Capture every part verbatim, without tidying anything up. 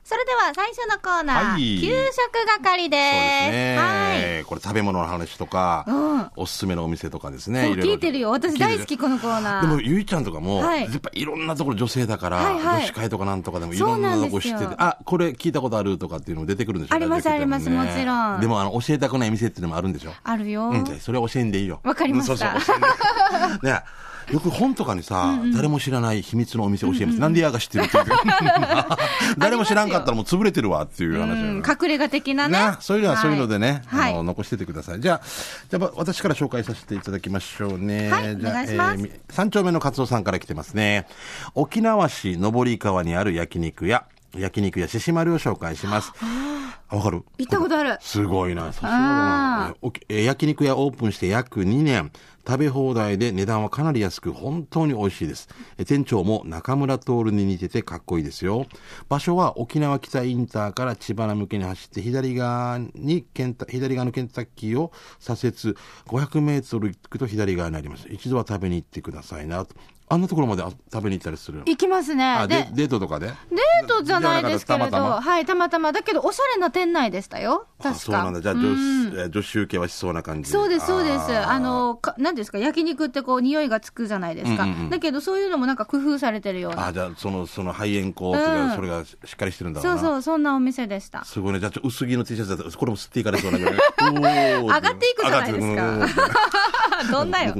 それでは最初のコーナー、 はい、 給食係です。そうですね、 はい、 これ食べ物の話とか、うん、おすすめのお店とかですね。 そう聞いてるよ、私大好きこのコーナー。 でもゆいちゃんとかも、はい、やっぱいろんなところ女性だから、はいはい、女子会とかなんとかでもいろんなとこ知ってて、あ、これ聞いたことあるとかっていうのも出てくるんでしょ。 ありますあります、もちろん。 でもあの教えたくない店っていうのもあるんでしょ。 あるよ、 うん、それは教えんでいいよ。 わかりました、うん、そうそう教えんでねよく本とかにさ、うんうん、誰も知らない秘密のお店教えます、うんうん、なんでやが知ってるっていう誰も知らんかったらもう潰れてるわっていう話、うん、 隠れ家的なね、 そういうのはそういうのでね、はい、あの残しててください。じゃあ、じゃあ私から紹介させていただきましょうね。 はい、お願いします。 えー、三丁目のカツオさんから来てますね。沖縄市登川にある焼肉屋焼肉屋獅子丸を紹介します。わかる？ 行ったことある。 すごいな、さすがだな。焼肉屋オープンして約にねん、食べ放題で値段はかなり安く本当に美味しいです。店長も中村徹に似ててかっこいいですよ。場所は沖縄北インターから千葉向けに走って左側にケンタ左側のケンタッキーを左折ごひゃくメートル行くと左側になります。一度は食べに行ってくださいなと。あんなところまで食べに行ったりする？ 行きますね。 あ、でデートとかで？ デートじゃないですけれど、たまたま、はい、たまたまだけどおしゃれな店内でしたよ。確か。あ、そうなんだ。じゃあ女子、女子受けはしそうな感じ。 そうですそうです。あ, あの何ですか、焼肉ってこう匂いがつくじゃないですか、うんうんうん、だけどそういうのもなんか工夫されてるような。 あ、じゃあそのその排煙口とか、うん、それがしっかりしてるんだろうな。 そうそう、そんなお店でした。 すごいね。じゃあ薄着の T シャツだとこれも吸っていかれそうなぐらい上がっていくじゃないですかどんなよ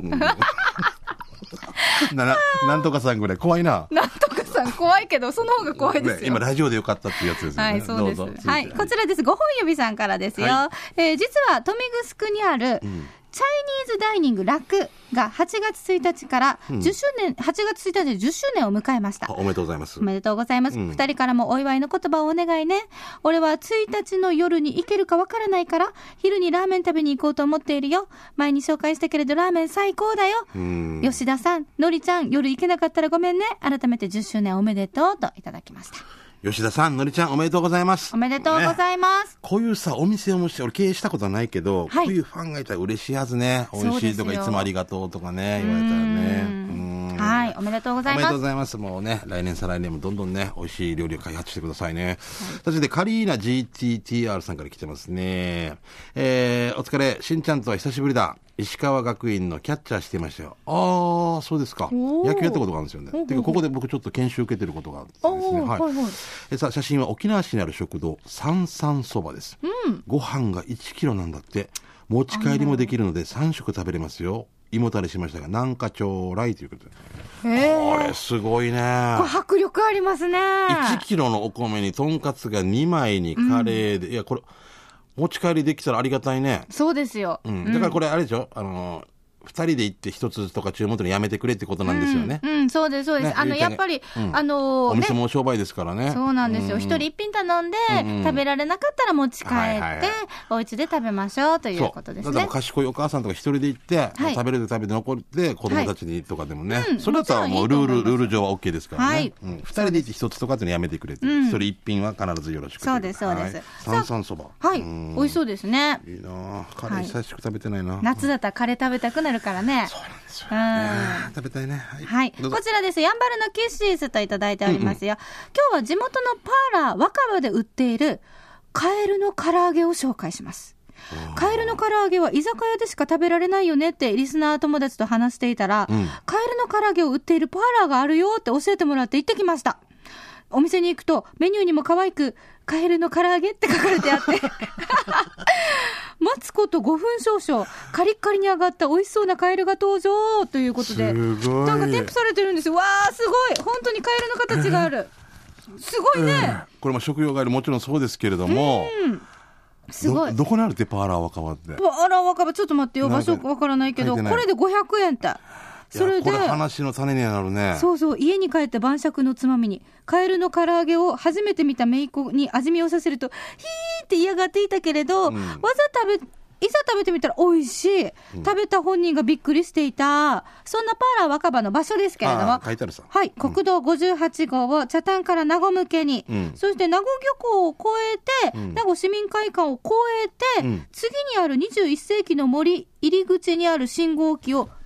な, なんとかさんぐらい怖いな。 なんとかさん怖いけどその方が怖いですよ、 ね、今ラジオでよかったっていうやつですよね。 はい、そうです。どうぞ。はい、こちらです。ごほん指さんからですよ、はい、えー、実は豊見城にある、うん、チャイニーズダイニングラクがはちがつついたちからじゅっしゅうねん、うん、はちがつついたちでじゅっしゅうねんを迎えました。 おめでとうございます。 おめでとうございます、うん、ふたりからもお祝いの言葉をお願いね。俺はついたちの夜に行けるかわからないから昼にラーメン食べに行こうと思っているよ。前に紹介したけれどラーメン最高だよ。吉田さん、のりちゃん、夜行けなかったらごめんね。改めてじゅっしゅうねんおめでとうといただきました。 吉田さん、のりちゃん、おめでとうございます。 おめでとうございます、ね、 こういうさお店をもして俺経営したことはないけど、はい、こういうファンがいたら嬉しいはずね。美味しいとかいつもありがとうとかね言われたらね。うん、 はい、おめでとうございます。 おめでとうございます。もうね、来年再来年もどんどんね美味しい料理を開発してくださいね、はい、そしてカリーナ ジーティーティーアール さんから来てますね。えー、お疲れ、しんちゃんとは久しぶりだ。石川学院のキャッチャーしてましたよ。ああ、そうですか。野球やったことがあるんですよね。てかここで僕ちょっと研修受けてることがあってですね、はいはいはい、えさ写真は沖縄市にある食堂三三そばです、うん、ご飯がいちキロなんだって。持ち帰りもできるのでさん食食べれますよ。胃もたれしましたが南下町来ということで、へこれすごいね。 これ迫力ありますね。 いちキロのお米にとんかつがにまいにカレーで、うん、いやこれ持ち帰りできたらありがたいね。 そうですよ、 うん、だからこれあれでしょ、あのふたりで行ってひとつとか注文とのやめてくれってことなんですよね。 うん、うん、そうですそうです、ね、あのやっぱり、うん、あのー、 お店も商売ですからね。 そうなんですよ。一、うん、人一品頼んで、うんうん、食べられなかったら持ち帰って、はいはいはい、お家で食べましょうということですね。 だから賢いお母さんとか一人で行って、はい、食べれる食べて残って子供たちにとかでもね、はい、それだったらもうルールルール上は OK ですからね、はい、うん、ふたりで行ってひとつとかってのやめてくれて、うん、一人一品は必ずよろしく。 そうですそうです、 はい、三三そば、 はい、美味しそうですね。 いいな。カレー久しく食べてないな、はい、 夏だったらカレー食べたくなるからね。 そうなんですよ、ね、食べたいね。はい、 はい、こちらです。やんばるのキッシーズといただいておりますよ、うんうん、今日は地元のパーラー若葉で売っているカエルの唐揚げを紹介します。カエルの唐揚げは居酒屋でしか食べられないよねってリスナー友達と話していたら、うん、カエルの唐揚げを売っているパーラーがあるよって教えてもらって行ってきました。お店に行くとメニューにも可愛くカエルの唐揚げって書かれてあって待つことごふん少々、カリッカリに揚がった美味しそうなカエルが登場ということで、なんか添付されてるんですよ。わーすごい、本当にカエルの形がある、すごいね、えー、 これも食用ガエルもちろんそうですけれども、うんすごい。 ど, どこにあるってパーラー若葉って。 パーラー若葉ちょっと待ってよ、場所わからないけど、これでごひゃくえんって。それでこれ話の種にはなるね。 そうそう、家に帰って晩酌のつまみにカエルの唐揚げを初めて見た姪っ子に味見をさせるとヒーって嫌がっていたけれど、うん、わざ食べいざ食べてみたら美味しい、うん、食べた本人がびっくりしていた、そんなパーラー若葉の場所ですけれども、 書いてあるさ、 はい、国道ごじゅうはちごうを北谷から名護向けに、うん、そして名護漁港を越えて、うん、名護市民会館を越えて、うん、次にあるにじゅういっせいきの森入り口にある信号機を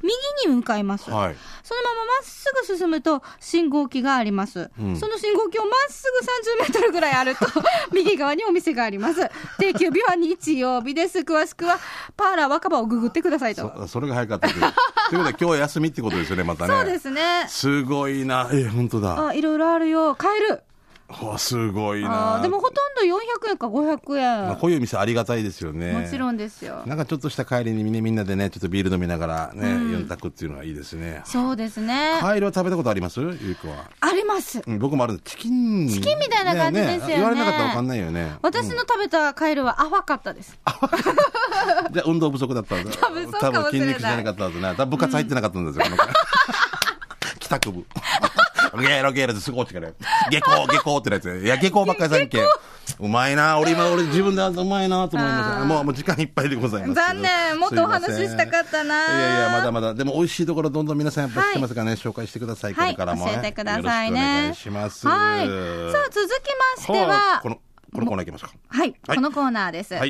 右に向かいます、はい、そのまままっすぐ進むと信号機があります、うん、その信号機をまっすぐさんじゅうメートルぐらいあると右側にお店があります。定休日は日曜日です。詳しくはパーラー若葉をググってくださいと。 そ, それが早かったですということは今日は休みってことですよね、またね。 そうですね。 すごいな。え本当だ。 あ、いろいろあるよ。買える。 すごいな。 でもほとんどよんひゃくえんかごひゃくえん、 まあ、こういう店ありがたいですよね。 もちろんですよ。 なんかちょっとした帰りにみんなでねちょっとビール飲みながらね、うん、よん択っていうのはいいですね。 そうですね。 カエルは食べたことあります？ゆうこは。 あります、 うん、僕もある。チキンチキンみたいな感じですよね。ね、 言われなかったら分かんないよね。 私の食べたカエルは淡かったです、 うん、じゃあ運動不足だったんだ。 多分そうかもしれない。 多分筋肉じゃなかったんですね。多分部活入ってなかったんですよ、うん、帰宅部ゲーロゲーロってすごい落ちから下校下校ってやつ。いや下校ばっかりさんけんうまいな。俺今俺自分でうまいなと思います。もうもう時間いっぱいでございます。 残念。もっとお話ししたかったな。 いやいやまだまだ。でも美味しいところどんどん皆さんやっぱ知ってますからね、はい、紹介してください。これからも、ね、 教えてくださいね。 よろしくお願いします。 はい。さあ続きましてはこのこのコーナーいきますか。 はい、はい、このコーナーです。はい。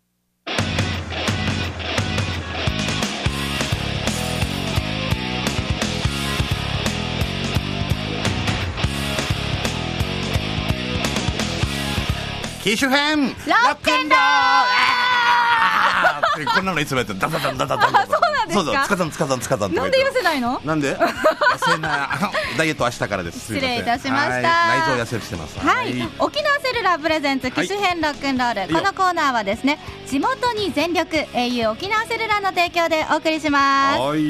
機種編ロックンロールこんなのいつもやってダダダダダダダ。 そうなんですか。そうそう、 つかたんつかたんつかたん。 なんで痩せないの？ なんで痩せないダイエット明日からです。 失礼いたしました。 内臓痩せしてます。 はい、沖縄セルラープレゼンツ機種編ロックンロール、はい、このコーナーはですね、地元に全力 エーユー 沖縄セルラーの提供でお送りします。はい。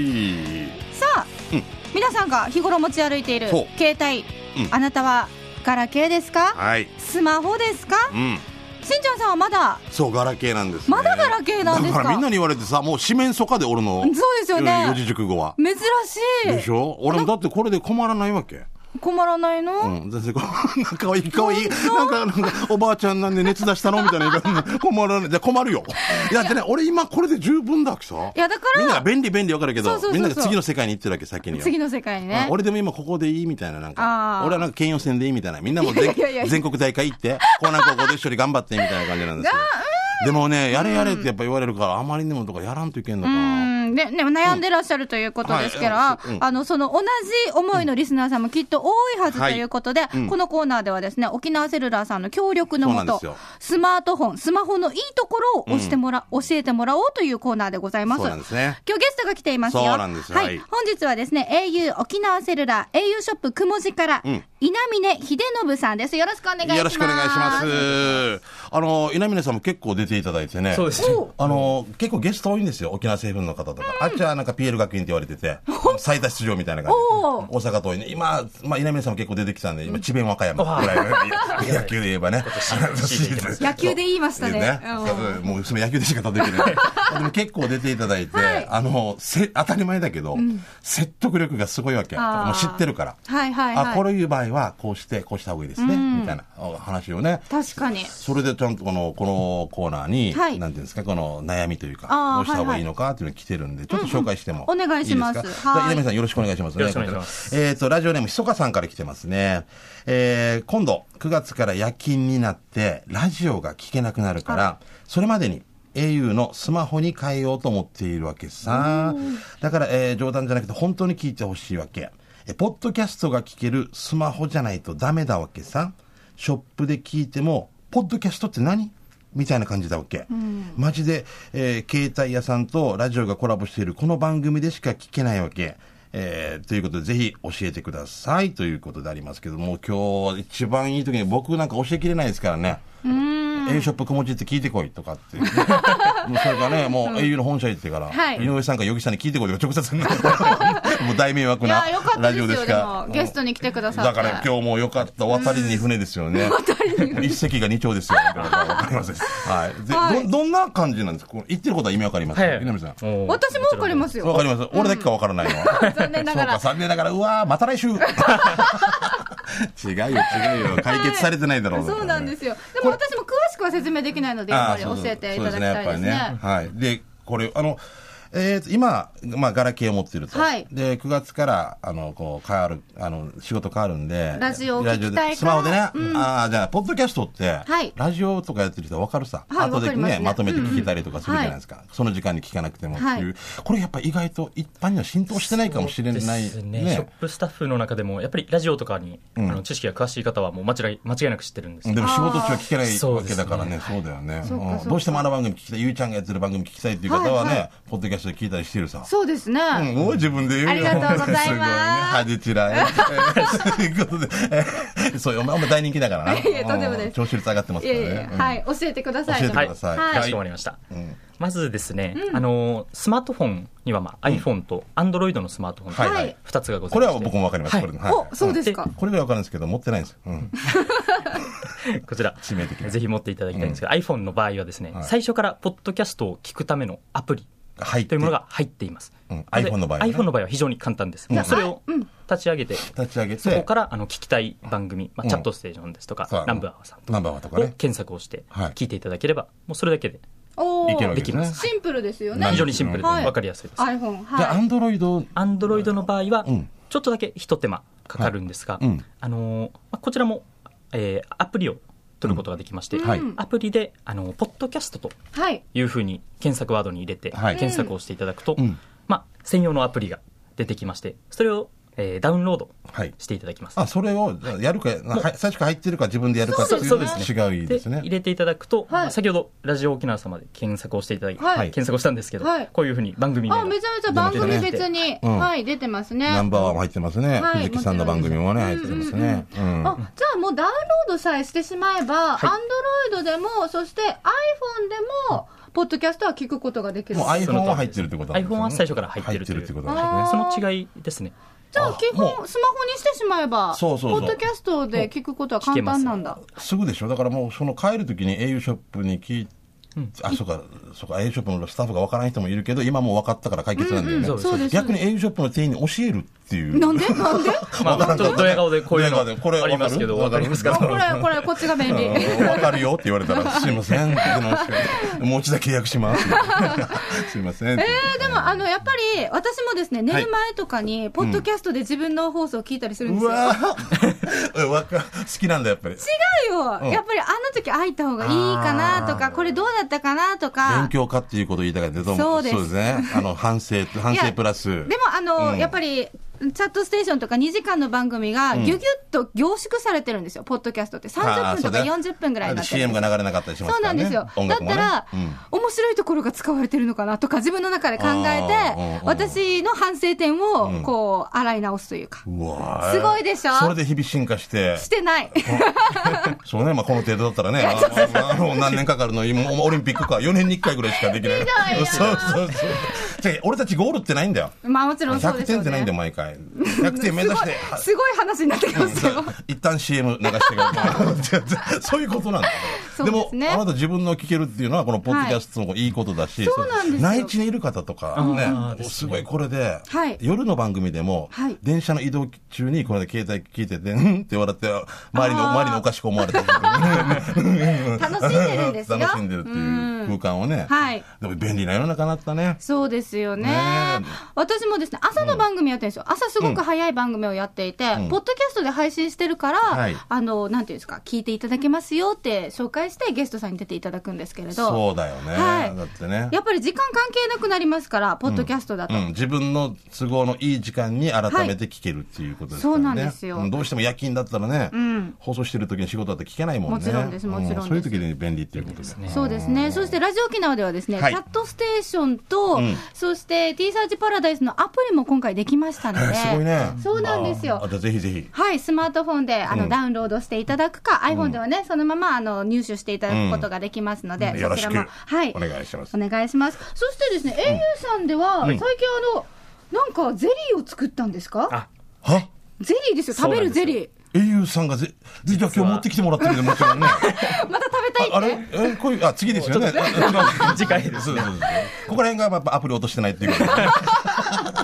さあ、うん、皆さんが日頃持ち歩いている携帯、うん、あなたはガラケーですか？はい。スマホですか？うん。しんちゃんさんはまだ。 そうガラケーなんです、ね、 まだガラケーなんですか？ だからみんなに言われてさ、もう四面楚歌で俺の。 そうですよね。 四字熟語は珍しいでしょ。俺もだってこれで困らないわけ。 困らないの？ うん、全然かわいいかわいいなんかなんかおばあちゃんなんで熱出したのみたいな言い方困らない。じゃ困るよ。いやでね俺今これで十分だくさ。いやだからみんなが便利便利分かるけど、そうそうそうそう、みんなが次の世界に行ってるわけ先には。 次の世界にね、 うん、俺でも今ここでいいみたいな、なんか俺はなんか県予選でいいみたいな、みんなも全全国大会行って江南高校で一緒に頑張ってみたいな感じなんですよ。でもねやれやれってやっぱ言われるから、あまりにもとかやらんといけんのかな。 でね、悩んでらっしゃるということですから、うんはい、あのその同じ思いのリスナーさんもきっと多いはずということで、はいうん、このコーナーではですね、沖縄セルラーさんの協力のもとスマートフォンスマホのいいところを押してもら、うん、教えてもらおうというコーナーでございます。 そうなんですね。 今日ゲストが来ていますよ。 そうなんです、 はいはい、本日はですね エーユー 沖縄セルラー エーユー ショップくもじから、うん稲峰秀信さんです。よろしくお願いします。 よろしくお願いします。あの稲峰さんも結構出ていただいてね。 そうです。 あの結構ゲスト多いんですよ。沖縄製粉の方とか、うん、あっちはなんか ピーエル 学院って言われてて最多出場みたいな感じ。大阪桐蔭ね。今まあ稲峰さんも結構出てきたんで、今智弁和歌山ぐらいの野球で言えばね。 野球で言いましたね。ねもうその野球でしか出てきない。でも結構出ていただいて、はい、あのせ当たり前だけど、うん、説得力がすごいわけ。もう知ってるから。 はいはいはい。 あこういう場合はこうしてこうした方がいいですね、うん、みたいな話をね。 確かに。 それでちゃんとこのこのコーナーに、はい、なんていうんですか、この悩みというかどうした方がいいのかっていうのが来てるんで、ちょっと紹介してもいいですか。 うんうん、お願いします。 はい。稲見さんよろしくお願いしますね。 よろしくお願いします。 えっ、ー、とラジオネームひそかさんから来てますね。えー、今度くがつから夜勤になってラジオが聞けなくなるから、はい、それまでにエーユー のスマホに変えようと思っているわけさ。だから、えー、冗談じゃなくて本当に聞いてほしいわけ。えポッドキャストが聞けるスマホじゃないとダメだわけさ。ショップで聞いてもポッドキャストって何みたいな感じだわけ、うん、マジで、えー、携帯屋さんとラジオがコラボしているこの番組でしか聞けないわけ、えー、ということでぜひ教えてくださいということでありますけども、今日一番いい時に僕なんか教えきれないですからね。うん、A ショップくもじって聞いてこいとかって、ね、もうそれからね、もう エーユー の本社行ってから、はい、井上さんか余木さんに聞いてこいとか直接もう大迷惑なラジオでしか。 ゲストに来てくださって。 だから今日もよかった。渡りに船ですよね。一隻が二丁ですよ。わかりません。はい。で、はい、どどんな感じなんですか。言ってることは意味わかりますか。はい、稲見さん。 私もわかりますよ。 わかります。俺だけかわからないのは。 残念ながら。 そうか残念ながら。うわーまた来週。違うよ違うよ解決されてないだろう、ね。 そうなんですよ。でも私も詳しくは説明できないのでやっぱり教えていただきたいですね。 はい。でこれあのえーと、今、まあ、ガラケーを持ってると。 はい。 で、くがつから、あの、こう、変わる、あの、仕事変わるんで。 ラジオを聞きたいから。 スマホでね。 うん、 ああ、じゃあ、ポッドキャストって、 はい。 ラジオとかやってる人分かるさ。 はい、 後でね、 ねまとめて聞けたりとかするじゃないですか。うんうん、その時間に聞かなくてもっていう。はい、これやっぱ意外と一般には浸透してないかもしれない。そうですね。 ね、ショップスタッフの中でも、やっぱりラジオとかに、うん、あの知識が詳しい方はもう間違い、間違いなく知ってるんですよ。 でも仕事中は聞けないわけだからね。そうだよね。どうしてもあの番組聞きたい、ゆうちゃんがやってる番組聞きたいっていう方はね、はいはい、ポッドキャストで聞いたりしてるさ。 そうですね。 うん、もう自分で言うよ。 ありがとうございます。すごいね。 はじちらえ。ということで、そういう、まあ、大人気だからな。 いや、とんでもないです。 聴取率上がってますからね。 いやいや、はい、教えてください。 教えてください。 はい、かしこまりました。まずですね、あの、スマートフォンには、まあ、iPhone と Android のスマートフォンとふたつがございます。 これは僕もわかります。 お、そうですか。 これがわかるんですけど、持ってないんですよ。 こちら、ぜひ持っていただきたいんですけど、iPhone の場合はですね、最初からポッドキャストを聞くためのアプリというものが入っています。 iPhone の場合は iPhone の場合は非常に簡単です。それを立ち上げて、 立ち上げて、 そこからあの聞きたい番組、まあ、チャットステーションですとか、ナンバーさんとかを検索をして聞いていただければ、もうそれだけでできます。 シンプルですよね。 非常にシンプルで分かりやすいです。 iPhone。 じゃあ Android。 Android の場合は、ちょっとだけ一手間かかるんですが、あのこちらもアプリを取ることができまして、アプリであのポッドキャストというふうに検索ワードに入れて検索をしていただくと、まあ、専用のアプリが出てきまして、それを、えー、ダウンロードしていただきます。 はい、あ、それをやるか、最初から入ってるか自分でやるかっていうのは違うですね。 入れていただくと、はい、先ほどラジオ沖縄様で検索をしていただき、はい、検索をしたんですけど、はい、こういうふうに番組名があ、めちゃめちゃ番組別に、うん、はい、出てますね。 ナンバーワンも入ってますね。はい、藤木さんの番組もね、入ってますね。 あ、じゃあもうダウンロードさえしてしまえば、はい、Android でも、そして iPhone でも、ポッドキャストは聞くことができる。 もう iPhone は入ってるってことなんですね。 iPhone は最初から入ってるということなんですね。その違いですね。 じゃあ基本スマホにしてしまえば、そうそうそう、ポッドキャストで聞くことは簡単なんだ。 すぐでしょ。だからもうその帰るときに エーユー ショップに聞いて、うん、あ、そうか、そうか、エーユー ショップのスタッフが分からない人もいるけど、今もう分かったから解決なんだよね。うんうん、逆に エーユー ショップの店員に教えるっていう。 なんでなんでまあ、ちょっとドヤ顔でこういうのありますけど、分かりますか？ これ、これ、こっちが便利。 分かるよって言われたら、すいません。もう一度契約します。すいません。 えー、でも、あの、やっぱり、私もですね、寝る前とかに、ポッドキャストで自分の放送を聞いたりするんですよ。うわ好きなんだ、やっぱり。 違うよ。やっぱり、あの時空いた方がいいかなとか、これどうだったかなとか。 勉強家っていうことを言いたかったけど、そうですね。あの、反省、反省プラス。でも、あの、やっぱり、チャットステーションとかにじかんの番組がギュギュッと凝縮されてるんですよ、ポッドキャストって。さんじゅっぷんとかよんじゅっぷんぐらいになってる。 シーエム が流れなかったりしますからね。 そうなんですよ。だったら、面白いところが使われてるのかなとか、自分の中で考えて、私の反省点を、こう、洗い直すというか。すごいでしょ？ それで日々進化して。 してない。 そうね、まあこの程度だったらね、何年かかるの、オリンピックか、よねんにいっかいぐらいしかできない。そうそうそう。俺たちゴールってないんだよ。 まあもちろんそうですよね。 ひゃくてんってないんだよ、毎回。ひゃくてん目指して。 すごい話になってきますよ。 一旦 シーエム 流してからそういうことなんだ。でも、あなた自分の聞けるっていうのは、このポッドキャストもいいことだし、 そうなんですよ。 内地にいる方とかね、すごいこれで、夜の番組でも、電車の移動中にこれで携帯聞いてて、うんって笑って、周りの、周りのおかしく思われた。 楽しんでるんですよ。 楽しんでるっていう空間をね。はい。でも便利な世の中になったね。 そうですよね。私もですね、朝の番組やってるんですよ。朝すごく早い番組をやっていて、ポッドキャストで配信してるから、あの、なんていうんですか、聞いていただけますよって紹介してゲストさんに出ていただくんですけれど。 そうだよね。はい。だってね。 やっぱり時間関係なくなりますから、ポッドキャストだと。 自分の都合のいい時間に改めて聞けるっていうことですからね。そうなんですよ。どうしても夜勤だったらね、放送してる時に仕事だって聞けないもんね。 もちろんです、もちろんです。 そういう時に便利っていうことですね。そうですね。そしてラジオ沖縄ではですね、チャットステーションと、そして T サーチパラダイスのアプリも今回できましたので。 すごいね。 そうなんですよ。 あ、じゃあぜひぜひ。 はい、スマートフォンであのダウンロードしていただくか、iPhone ではね、そのままあの入手していただくことができますので、 よろしく。 はい。 お願いします。 お願いします。そしてですね、エーユー さんでは、最近あの、なんかゼリーを作ったんですか？ あ、は？ ゼリーですよ、食べるゼリー。 エーユー さんがぜ、じゃあ今日持ってきてもらってるんで、もちろんね。 また食べたいって。 あれえ、こういう、あ、次ですよね。 次回ですね。 ここら辺がやっぱアプリ落としてないっていうか。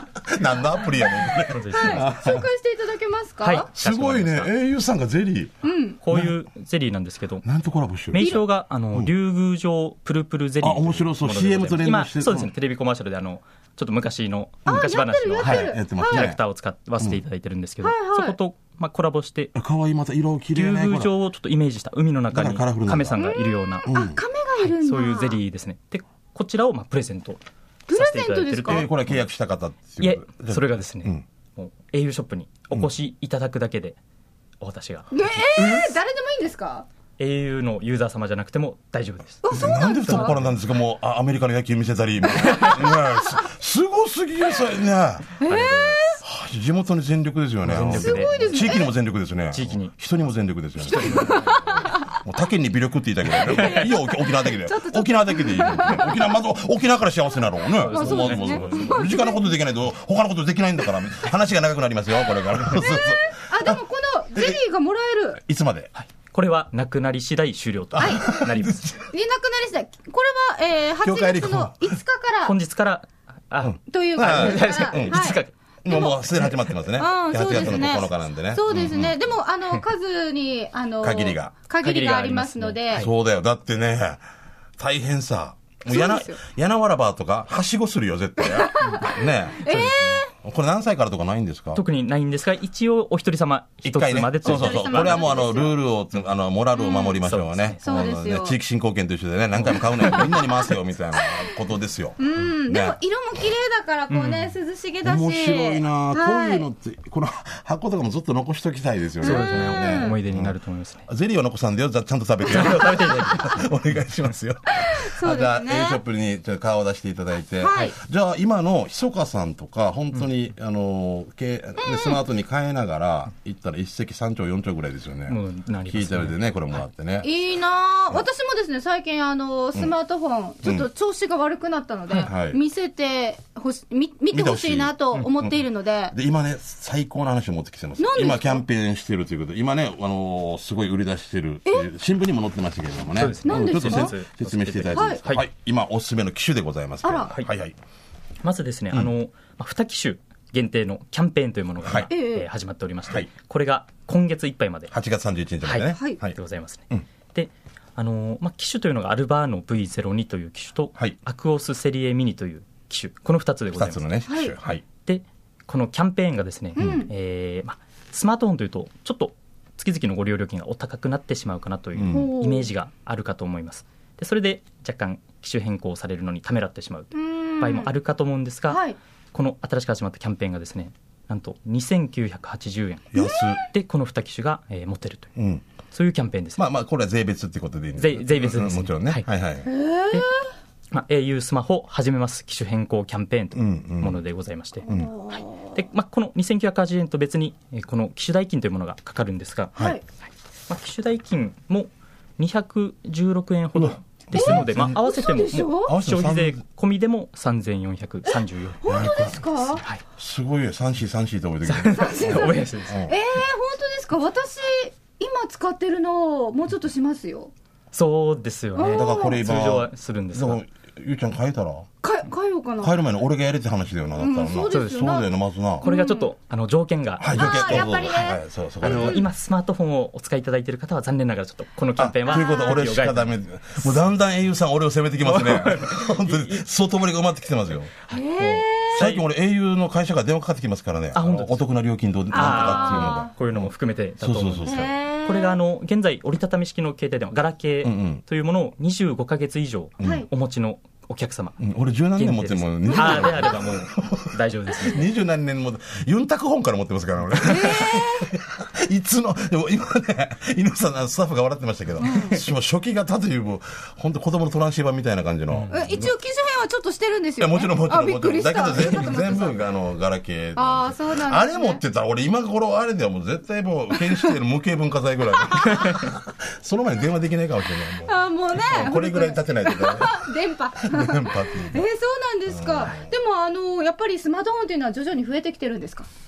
何のアプリやねん。 はい、紹介していただけますか。 はい、 すごいね。au さんがゼリー。 うん。 こういうゼリーなんですけど。 なんとコラボしてる。 名称があの竜宮城プルプルゼリー。 あ、面白そう。シーエム と連動してる。 そうですね。テレビコマーシャルであのちょっと昔の昔話のキャラクターを使わせていただいてるんですけど、そことまあコラボして。 可愛いまた色綺麗ね。 竜宮城をちょっとイメージした海の中に亀さんがいるような。 あ、亀がいるんだ。 そういうゼリーですね。でこちらをまあプレゼント。 プレゼントですか。 えー、これ契約した方っていう。いえ、それがですね、うん、もう au ショップにお越しいただくだけでお渡しが。 えー、誰でもいいんですか。 au のユーザー様じゃなくても大丈夫です。 あ、そうなんですか。 なんで太っ腹なんですか。もうアメリカの野球見せたり、ね、す, すごすぎるさね。えー、地元に全力ですよね。 全力で。 地域にも全力ですね。 地域に。 人にも全力ですよね。もう他県に微力って言ったけど、ね、いいよ沖縄だけで。沖縄だけでいいよ。沖縄まず沖縄から幸せなのね。 まあそうですね。 身近なことできないと他のことできないんだから話が長くなりますよこれから。えー、 あでもこのゼリーがもらえる。 いつまで。 はい、これはなくなり次第終了となります。 なくなり次第。これは、えー、はちがつのいつかから本日からあ、 うん、というか、 いつか。 もうもうすでに始まってますね。はちがつのここのかなんでね。 そうですね。でもあの数にあの限りが限りがありますので。 そうだよ。だってね大変さ。もうやなやなわらばとかはしごするよ絶対。ね。ええ。これ何歳からとかないんですか。 特にないんですが一応お一人様一つまで。 そうそうそう。これはもうあのルールをあのモラルを守りましょうね。 そうですよ。 地域振興券と一緒でね何回も買うのよみんなに回すよみたいなことですよ。 うん。でも色も綺麗だからこうね涼しげだし。 面白いな。こういうのってこの箱とかもずっと残しておきたいですよね。 そうですね。思い出になると思いますね。 ゼリーを残さんでよちゃんと食べて食べていただいてお願いしますよ。 そうですね。 じゃあ au ショップにちょっと顔を出していただいて、じゃあ今のひそかさんとか本当にあのスマートに変えながら行ったら一石三鳥四鳥ぐらいですよね。聞いてるでねこれもらってね。 いいな。私もですね最近あのスマートフォンちょっと調子が悪くなったので見せてほし見てほしいなと思っているので。 で今ね最高の話を持ってきてます。今キャンペーンしてるということで今ねあのすごい売り出してる新聞にも載ってましたけれどもね。ちょっと説明していただいていいですか。はい。今おすすめの機種でございます。はいはい。 まずですねあのに機種限定のキャンペーンというものが、はいえー、始まっておりまして、はい、これが今月いっぱいまではちがつさんじゅういちにちまでね、 はいはい、でございますね、うん、で、あのーまあ、機種というのがアルバーノ ブイゼロに という機種と、はい、アクオスセリエミニという機種このふたつでございます。ふたつのね機種、はい、でこのキャンペーンがですね、うんえーまあ、スマートフォンというとちょっと月々のご利用料金がお高くなってしまうかなというイメージがあるかと思います。でそれで若干機種変更されるのにためらってしまう場合もあるかと思うんですが、はい、この新しく始まったキャンペーンがですねなんとにせんきゅうひゃくはちじゅうえんでこのに機種が、えー、持てるという、うん、そういうキャンペーンです、ね、 まあまあこれは税別ってことでいいんですか。 税別です、ね、 もちろんね、はいはいはい、 で、 まあ、au スマホ始めます機種変更キャンペーンというものでございまして、うんうんはいでまあ、このにせんきゅうひゃくはちじゅうえんと別にこの機種代金というものがかかるんですが、はいはいまあ、機種代金もにひゃくじゅうろくえんほどですので、まあ、合わせてももう消費税込みでもさんぜんよんひゃくさんじゅうよんえん。 本当ですか、 はい、 すごいよ さんシーさんシー と覚えてくる覚えやすいです、 えー、本当ですか。私今使ってるのもうちょっとしますよ。 そうですよね。 だからこれ今通常はするんですがゆうちゃん変えたら変えようかな。 変える前に俺がやれって話だよな。だったらな、うん、そうですよそうだよなまずな。 これがちょっとあの条件が、 はい、条件やっぱりね、はい、 そうそうあの今スマートフォンをお使いいただいている方は残念ながらちょっとこのキャンペーンはということ俺しかダメ。もうだんだん au さん俺を攻めてきますね本当に外堀が埋まってきてますよ。最近俺 au の会社から電話かかってきますからね。あお得な料金どうなんとかっていうのがこういうのも含めてだと思うんですが、 そうそうそうこれがあの現在折りたたみ式の携帯電話ガラケーというものをにじゅうごかげつ以上お持ちのお客様、 うん、俺十何年持ってもああであればもう大丈夫ですね。 二十何年もユンタク本から持ってますから俺、えー、いつのでも今ね井上さんスタッフが笑ってましたけど、うん、初期型というもう本当子供のトランシーバーみたいな感じの、 うん、一応機種変はちょっとしてるんですよね。 いやもちろんもちろんもちろんだけど全部全部があのガラケー。 ああそうなんです、ね、 あれ持ってたら俺今頃あれではもう絶対もう県指定の無形文化財ぐらいその前に電話できないかもしれない。もうあもうねこれぐらい立てないと電波電波っていうえー、そうなんですか。でもあのやっぱりスマートフォンというのは徐々に増えてきてるんですか。 もう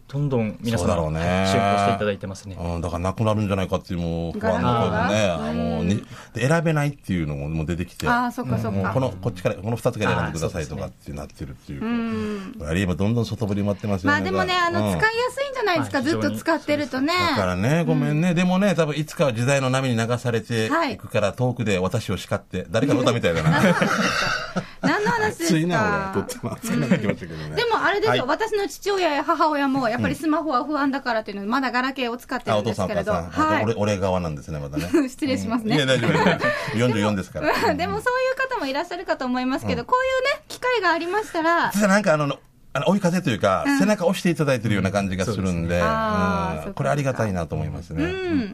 どんどん皆さん、ね、はい、進行していただいてますね。 うん、だからなくなるんじゃないかっていうもう不安の声でね、もうに選べないっていうのももう出てきて、 あ、そっかそっか、 もうこのこっちからこのふたつから選んでくださいとかってなってるっていう、うん、あれ今どんどん外堀埋まってますよね。 まあでもね、あの、うん、使いやすいんじゃないですか、ずっと使ってるとね。 だからね、ごめんね、うん、でもね、多分いつかは時代の波に流されていくから、はい、遠くで私を叱って誰かの歌みたいだな。 何の話ですか。 熱いな俺、とっても熱くなってきましたけどね。 でもあれですよ、はい、私の父親や母親もやっぱりスマホは不安だからっていうので、まだガラケーを使ってるんですけれど、 あ、お父さんお母さん、はい、俺, 俺側なんですね、まだね。 失礼しますね。 うん、いや大丈夫よんじゅうよんですから。 でもそういう方もいらっしゃるかと思いますけど、うん、こういうね機会がありましたら、 なんかあのあの追い風というか、うん、背中押していただいてるような感じがするんで、うん、これありがたいなと思いますね。うん、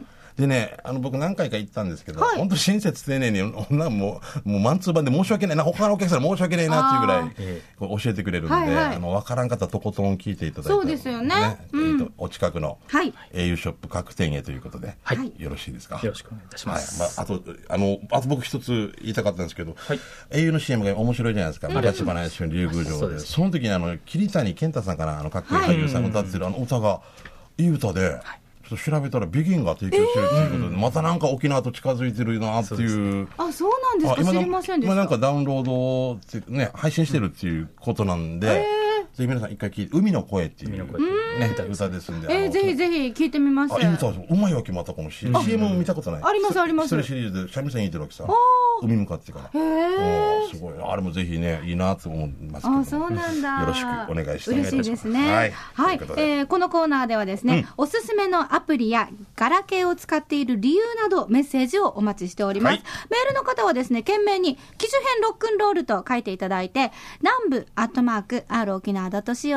でね、あの僕何回か行ったんですけど、はい、本当親切丁寧に、女もう、もうマンツーマンで申し訳ないな、他のお客さん申し訳ないなっていうぐらいこう教えてくれるんで、はいはい、あの分からん方とことん聞いていただいて、 そうですよね。ね、 うん、お近くの エーユー ショップ各店へということで、はい、よろしいですか。 よろしくお願いいたします。 はい、まあ、あとあのあと僕一つ言いたかったんですけど、はい、エーユー の シーエム が面白いじゃないですか。立花一緒に竜宮城で、その時にあの桐谷健太さんからあのかっこいい俳優さんが歌ってるあの歌がいい歌で。はい、ちょっと調べたらビギンが提供してるっていうことで、えー、またなんか沖縄と近づいてるなっていう。 あ、そうなんですか。知りませんでした。 今なんかダウンロードってね、配信してるっていうことなんで、えー、ぜひ皆さん一回聞いて、海の声っていう、ね、歌ですんで。 えー、ぜひぜひ聞いてみます。 あ、いい歌です。うまいわけ、またこの シーエム も見たことない。 ありますあります。 それシリーズで三味線弾いてるわけさ。海向かってから。へー、すごい。あれもぜひね、いいなと思いますけど。 あ、そうなんだ。 よろしくお願いします。 嬉しいですね。はい。はい。えー、このコーナーではですね、うん、おすすめのアプリやガラケーを使っている理由などメッセージをお待ちしております。はい、メールの方はですね、懸命に機種編ロックンロールと書いていただいて、南部アットマーク r 沖縄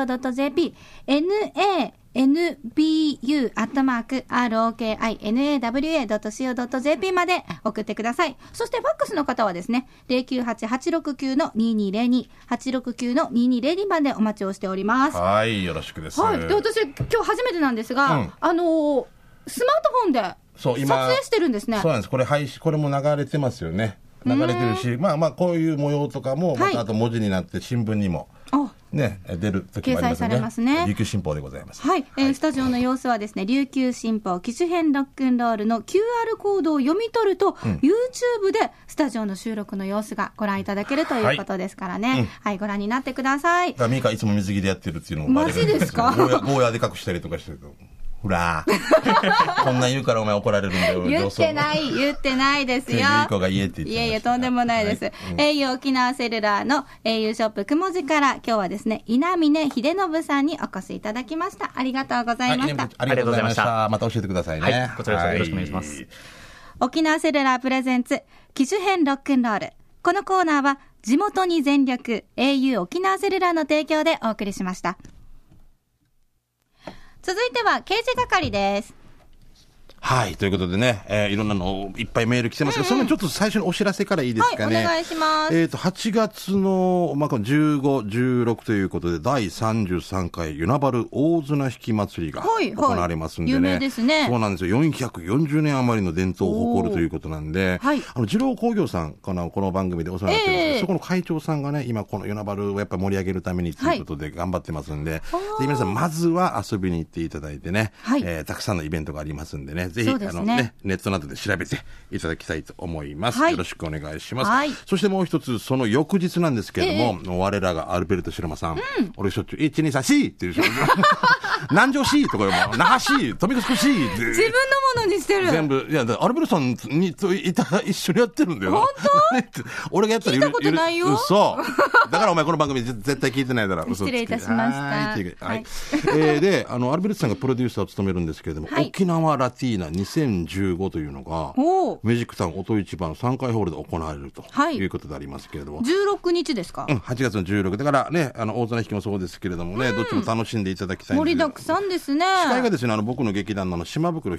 .co.jp、naエヌビーユー アットマーク アールオーケーアイエヌエーダブリューエー ドット シーオー ドット ジェーピー まで送ってください。そしてファックスの方はですね、ゼロきゅうはち はちろくきゅう にーにーゼロに はちろくきゅう にーにーゼロに までお待ちをしております。 はい、よろしくです。 はい。で、私今日初めてなんですが、うん、あのー、スマートフォンで撮影してるんですね。 そうなんです。これ配信、これも流れてますよね。流れてるし、まあまあこういう模様とかもまたあと文字になって新聞にも、はい、ね、出る時もありますね。掲載されますね。琉球新報でございます。 はい、はい、えー、スタジオの様子はですね、琉球新報機種編ロックンロールの キューアール コードを読み取ると、うん、YouTube でスタジオの収録の様子がご覧いただけるということですからね。はい、うん、はい、ご覧になってください。 ミカいつも水着でやってるっていうのもマジですか。 ゴーヤで隠したりとかしてると。ほらこんなん言うからお前怒られるんだよ。 言ってない言ってないですよ。 ゆいこが言えって言ってました。 いえいえ、とんでもないです。はい、うん、au 沖縄セルラーの au ショップくもじから今日はですね、稲峰秀信さんにお越しいただきました。ありがとうございました。はい、 ありがとうございました。また教えてくださいね。 はい、こちらこそよろしくお願いします。はい、 沖縄セルラープレゼンツ機種編ロックンロール。このコーナーは地元に全力 au 沖縄セルラーの提供でお送りしました。続いては刑事係です。 はい、ということでね、えー、いろんなのいっぱいメール来てますけど、うんうん、それもちょっと最初にお知らせからいいですかね。 はい、お願いします。 えっと、はちがつの、まあ、じゅうご、じゅうろくということで、だいさんじゅうさんかい与那原大綱引き祭りが行われますんでね。はいはい、有名ですね。そうなんですよ。よんひゃくよんじゅうねん余りの伝統を誇るということなんで、はい、あの、二郎工業さん、この、この番組でお世話になってるんですけど、えー、そこの会長さんがね、今この与那原をやっぱ盛り上げるためにということで頑張ってますんで、はい、で皆さんまずは遊びに行っていただいてね、はい、えー、たくさんのイベントがありますんでね、ぜひ、ね、あのね、ネットなどで調べていただきたいと思います。はい、よろしくお願いします。はい、そしてもう一つ、その翌日なんですけれども、えー、我らがアルベルト白間さん、うん、俺しょっちゅう、いち、に、さん、しっていうでしょ。南城市とかよ、那覇市、富城市って。 自分のものにしてる。 全部、いや、アルベルトさんにといた、一緒にやってるんだよ。 本当俺がやったら聞いたことないよ。 嘘。だからお前この番組絶対聞いてないだろ。 嘘失礼いたしました。 はい。はい、えー、で、あの、アルベルトさんがプロデューサーを務めるんですけれども、はい、沖縄ラティーナにせんじゅうごというのが、ミュージックタウン音一番さんかいホールで行われるということでありますけれども、 はい、じゅうろくにちですか。 うん、はちがつのじゅうろくだからね、あの大綱引きもそうですけれどもね、うん、どっちも楽しんでいただきたいんです。 盛りだくさんですね。 司会がですね、あの僕の劇団の島袋博之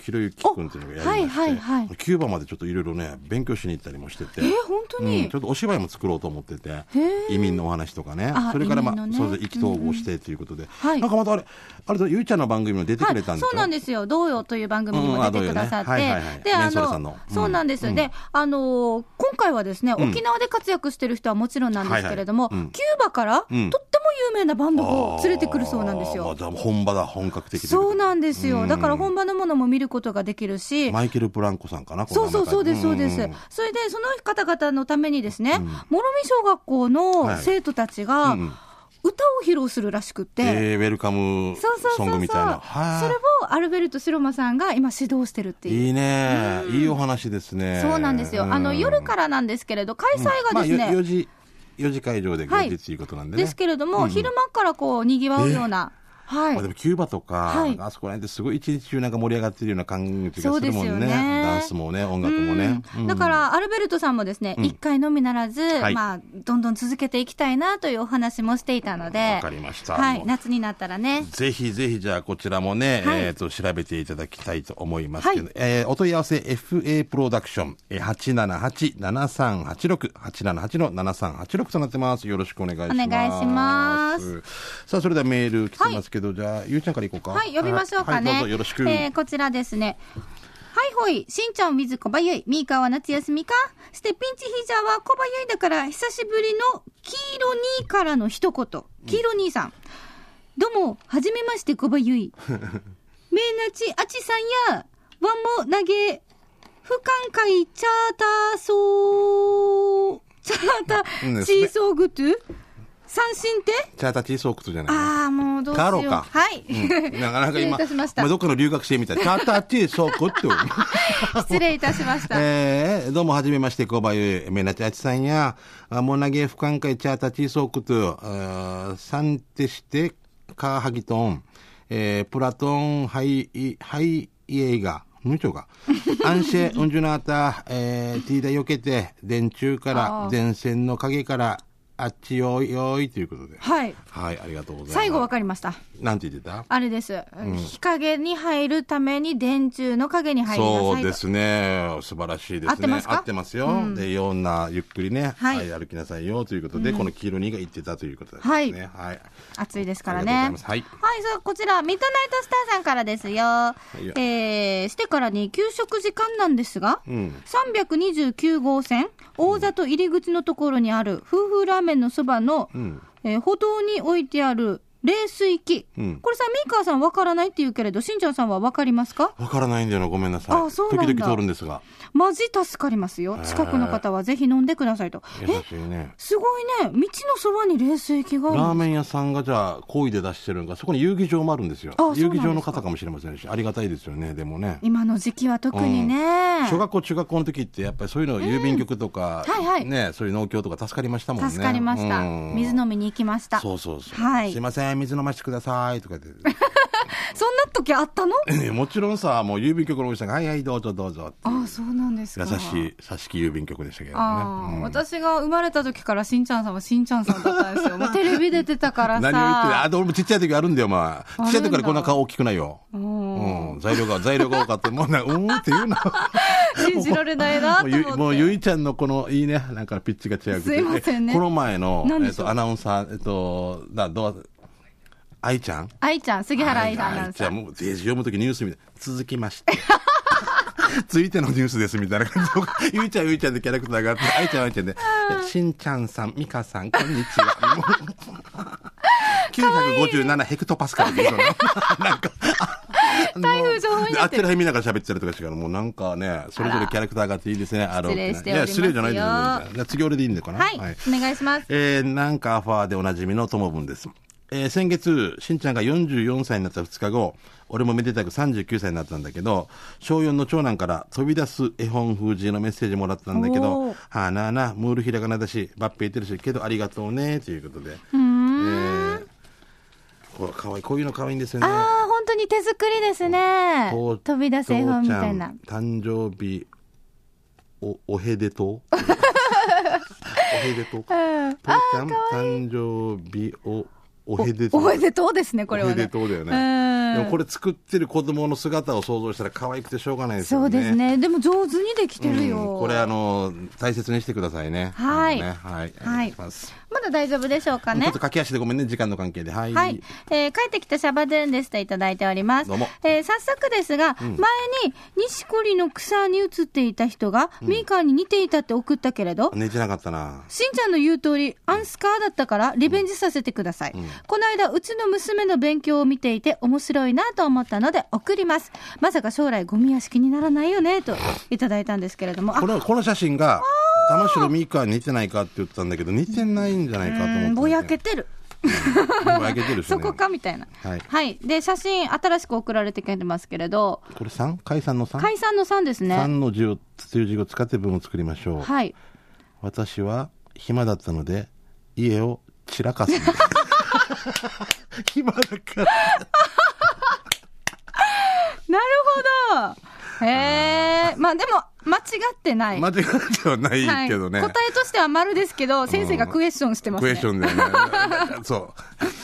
樹君っていうのがやりまして、 はいはいはい、 キューバまでちょっといろいろね勉強しに行ったりもしてて、 えー、本当に、 うん、ちょっとお芝居も作ろうと思ってて、移民のお話とかね、それからまあ、ね、そう意気投合してということで、うんうん、なんかまたあれあれゆいちゃんの番組も出てくれたんですよ、 はい、そうなんですよ、どうよという番組にも出てくださって、で、あの、そうなんです、うん、で、あの今回はですね、うん、沖縄で活躍してる人はもちろんなんですけれども、はいはい、うん、キューバから、うん、とっても有名なバンドを連れてくるそうなんですよ。 あ、まあ、じゃあ本場だ、本格的で。 そうなんですよ、だから本場のものも見ることができるし、 マイケル・プランコさんかな、 そうそうそうです、そうです、うん、それでその方々のためにですね、うん、諸見小学校の生徒たちが、はい、うん歌を披露するらしくて、 えー、ウェルカムソングみたいな、 それをアルベルト・シロマさんが今指導してるっていう。 いいね、うん、いいお話ですね。 そうなんですよ、うん、あの夜からなんですけれど開催がですね、うんまあ、 よじよじ会場で後日ということなんでね、 はい、ですけれども、うん、昼間からこうにぎわうような、えーはいまあ、でもキューバとか、はい、あそこら辺ってすごい一日中なんか盛り上がってるような感じがするもん ね, ねダンスもね音楽もね、 うんうん、だからアルベルトさんもですね、うん、いっかいのみならず、はいまあ、どんどん続けていきたいなというお話もしていたので、 わかりました、 はい、夏になったらねぜひぜひじゃあこちらもね、はいえー、と調べていただきたいと思いますけど、はいえー、お問い合わせ エフエー プロダクション はちななはち ななさんはちろく はちななはち のななさんはちろくとなってます。よろしくお願いします。 お願いします。 さあそれではメール来てますけど、はい、じゃあゆうちゃんからいこうか。 はい、呼びましょうかね。 はい、どうぞよろしく。 えー、こちらですね。はいほい、しんちゃん、みずこばゆい、みーかは夏休みかしてピンチヒジャーはこばゆいだから久しぶりの黄色兄からの一言。黄色兄さん。うん、どうも、はじめましてこばゆい。めいなちあちさんや、わも投げ、不寛解チャーターソー、チャーター、チーソーグトゥ三振ってチャーターチーソークトじゃない。 ああもうどうしよう。 カーローか。 はい。 うん、なかなか今、 失礼いたしました。 まあ、どっかの留学生みたい。チャーターチーソークト。 失礼いたしました。 えー、どうもはじめましてこばゆいめなちあちさんやもなげ不寛解チャーターチーソークトさんてしてカーハギトン、えー、プラトンハイハイイエイガ無調がアンシェウンジュナータ、えー、ティーダよけて電柱から電線の影からあっちよいよいということで、 はい、 はい、ありがとうございます。 最後わかりました。 なんて言ってた？ あれです、うん、日陰に入るために電柱の影に入りなさいと。 そうですね、素晴らしいですね。 合ってますか？合ってますよ、うん、でいろんなゆっくりね、はい、歩きなさいよということで、うん、この黄色にが言ってたということですね。はい、はい、 暑いですからね。はい、 はい、 そうこちらミッドナイトスターさんからですよ、はい、えー、してからに給食時間なんですが、うん、さんびゃくにじゅうきゅうごうせん大里入り口のところにある夫婦ラーメンのそばの、うんえー、歩道に置いてある冷水器、うん、これさミーカーさんわからないって言うけれどしんちゃんさんはわかりますか？ わからないんだよな、ごめんなさい。あ、そうなんだ。時々通るんですがマジ助かりますよ。近くの方はぜひ飲んでくださいと。 優しいね。 すごいね。道のそばに冷水器がある。 ラーメン屋さんがじゃあ好意で出してるのか、そこに遊戯場もあるんですよ。遊戯場の方かもしれませんし、ありがたいですよね。でもね今の時期は特にね、 うん、小学校中学校の時ってやっぱりそういうの郵便局とか、うんはいはいね、そういう農協とか助かりましたもんね。 助かりました、うん、水飲みに行きました。 そうそうそう、 はい、 すいません水飲ませてくださいとか言ってそんな時あったの？ もちろんさ、もう郵便局のおじさんがはいはいどうぞどうぞって。 ああそうなんですか。 優しい挿し木郵便局でしたけどね。 あ、うん、私が生まれた時からしんちゃんさんはしんちゃんさんだったんですよ。もうテレビ出てたからさ。 何を言ってる。あ、俺もちっちゃい時あるんだよ、まあ。ちっちゃい時からこんな顔大きくないよ。うん、材料が材料が多かったもうなうんっていうの信じられないなと思って。 もうゆいちゃんのこのいいね、なんかピッチが違う。 すいませんね。 この前のえっとアナウンサーえっとだどう愛ちゃん愛ちゃん杉原愛さんなんです。 じゃあもうページ読むときニュースみたいな続きまして続いてのニュースですみたいな感じでゆいちゃんゆいちゃんでキャラクターがあって愛ちゃん愛ちゃんでしんちゃんさんみかさんこんにちはきゅうひゃくごじゅうななヘクトパスカルでなんか台風情報になってる。 あっちら辺見ながら喋ってたりとかしてからもうなんかねそれぞれキャラクターがあっていいですね。あ失礼しておりますよ。 いや失礼じゃないですよ。じゃあ次俺でいいんだかな。 はい、はい、お願いします。 えー、なんかアファーでおなじみのともぶんです。えー、先月しんちゃんがよんじゅうよんさいになったふつかご俺もめでたくさんじゅうきゅうさいになったんだけど小よんの長男から飛び出す絵本封じのメッセージもらったんだけどはあなあなムールひらがなだしバッペ言ってるしけどありがとうねということでうーん、えー、こ, かわいいこういうのかわいいんですよね。 ああ本当に手作りですね。飛び出す絵本みたいな。 誕生日 お, おへでとおへでと父ちゃん誕生日おおへでとおへでとですねこれはね。 おへでとだよね。 でもこれ作ってる子供の姿を想像したら可愛くてしょうがないですよね。 そうですね。でも上手にできてるよ。 うん、これあの大切にしてくださいね。 はい。 ね、はい。 はい。まだ大丈夫でしょうかね。 ちょっと駆け足でごめんね、時間の関係で。はい。 はい。えー、帰ってきたシャバドゥンですといただいております。 どうも。 えー、早速ですが、うん、前に錦織の草に映っていた人が、うん、ミーカーに似ていたって送ったけれど、 寝てなかったな。 しんちゃんの言う通り、アンスカーだったからリベンジさせてください。うんうん、この間、うちの娘の勉強を見ていて面白いなと思ったので送ります。まさか将来ゴミ屋敷にならないよね、といただいたんですけれども。 この、この写真が、玉城ミーカーに似てないかって言ったんだけど、似てないんじゃないかと思って、ね。 ぼやけてる。 ぼやけてるしね。 そこかみたいな。はい。はい。で、写真、新しく送られてきてますけれど。 これ さん？ 解散の さん？ 解散のさんですね。 さんの字を、という字を使って文を作りましょう。 はい。 私は暇だったので、家を散らかす。暇だから。 なるほど。へえ。まあでも、間違ってない。 間違ってはないけどね。 はい、答えとしては丸ですけど、先生がクエスチョンしてますね。 クエスチョンだよね。そう。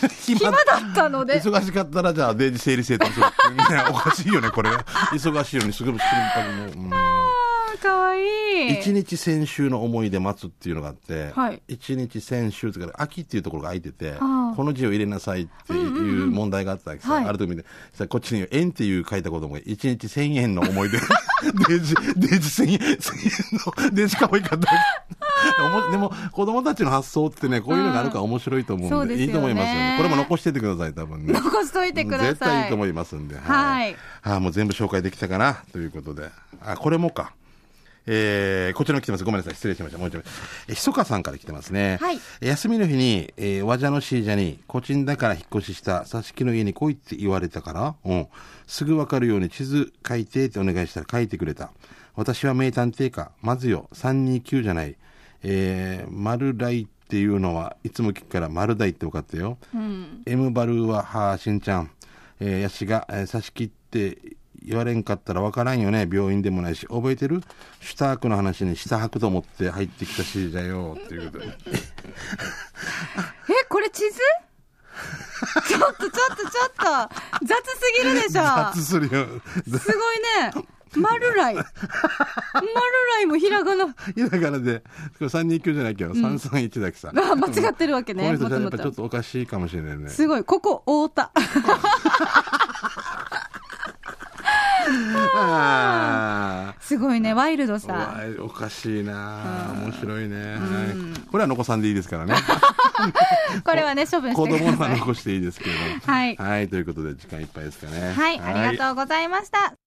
暇だったので。 忙しかったら、じゃあ、デイジ整理整頓する。おかしいよね、これ。忙しいようにすぐするんだけど。 かわいい。 一日先週の思い出待つっていうのがあって、 はい、 一日先週とか秋っていうところが空いてて、この字を入れなさいっていう問題があったわけさ、うんうんうん、ある時にさ、こっちに円っていう書いたことも一日千円の思い出デージデージ千円千円のデージ可愛かったでも子供たちの発想ってね、こういうのがあるから面白いと思うんで、いいと思いますよね。これも残しててください、多分ね。 残しといてください。 絶対いいと思いますんで。 はい。はい、 あ、もう全部紹介できたかなということで、あ、これもか。えー、こちらも来てます。ごめんなさい。失礼しました。もう一度。え、ひそかさんから来てますね。 はい。 休みの日に、えー、和者のシージャに、個人だから引っ越しした佐々木の家に来いって言われたから、うん。すぐわかるように地図書いてってお願いしたら書いてくれた。私は名探偵か。まずよ、さんにきゅうじゃない。えー、丸来っていうのはいつも聞くから丸大って分かったよ。うん。M バルは、はー、しんちゃん。えー、やしが、えー、差し切って、言われんかったらわからんよね。病院でもないし。覚えてる？シュタークの話に下履くと思って入ってきたしだよっていうことで。え、 これ地図？ちょっとちょっとちょっと雑すぎるでしょ。 雑するよ。 すごいね。丸来。丸来もひらがな。 ひらがなで、さんにきゅうじゃないけど、うん、さんさんいちだけさ。 あ、間違ってるわけね。 この人じゃやっぱちょっとおかしいかもしれないね。 すごい。ここ、太田。あすごいね、ワイルドさ。 おかしいな、面白いね、はい、これは残さんでいいですからね。 これはね、処分してください。 子供は残していいですけれども。 はい、 はい、ということで時間いっぱいですかね。 はい、ありがとうございました。